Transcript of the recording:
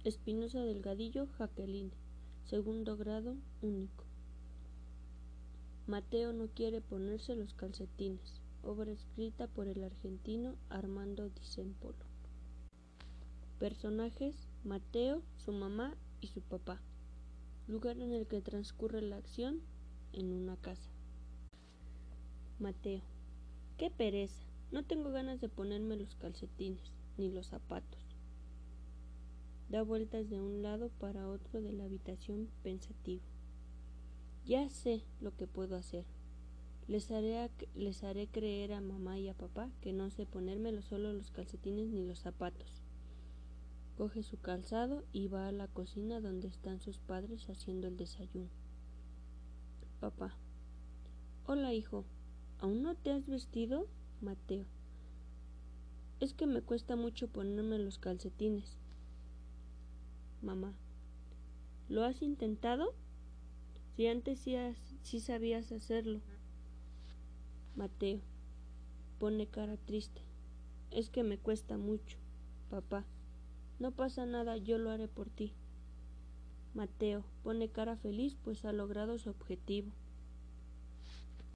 Espinosa Delgadillo, Jacqueline, segundo grado único. Mateo no quiere ponerse los calcetines. Obra escrita por el argentino Armando Discépolo. Personajes: Mateo, su mamá y su papá. Lugar en el que transcurre la acción: en una casa. Mateo: ¡qué pereza! No tengo ganas de ponerme los calcetines, ni los zapatos. Da vueltas de un lado para otro de la habitación pensativo. Ya sé lo que puedo hacer. Les haré creer a mamá y a papá que no sé ponerme solo los calcetines ni los zapatos. Coge su calzado y va a la cocina donde están sus padres haciendo el desayuno. Papá: hola, hijo, ¿aún no te has vestido? Mateo: es que me cuesta mucho ponerme los calcetines. Mamá: ¿lo has intentado? Si antes sí sabías hacerlo. Mateo pone cara triste: es que me cuesta mucho. Papá: no pasa nada, yo lo haré por ti. Mateo pone cara feliz, pues ha logrado su objetivo.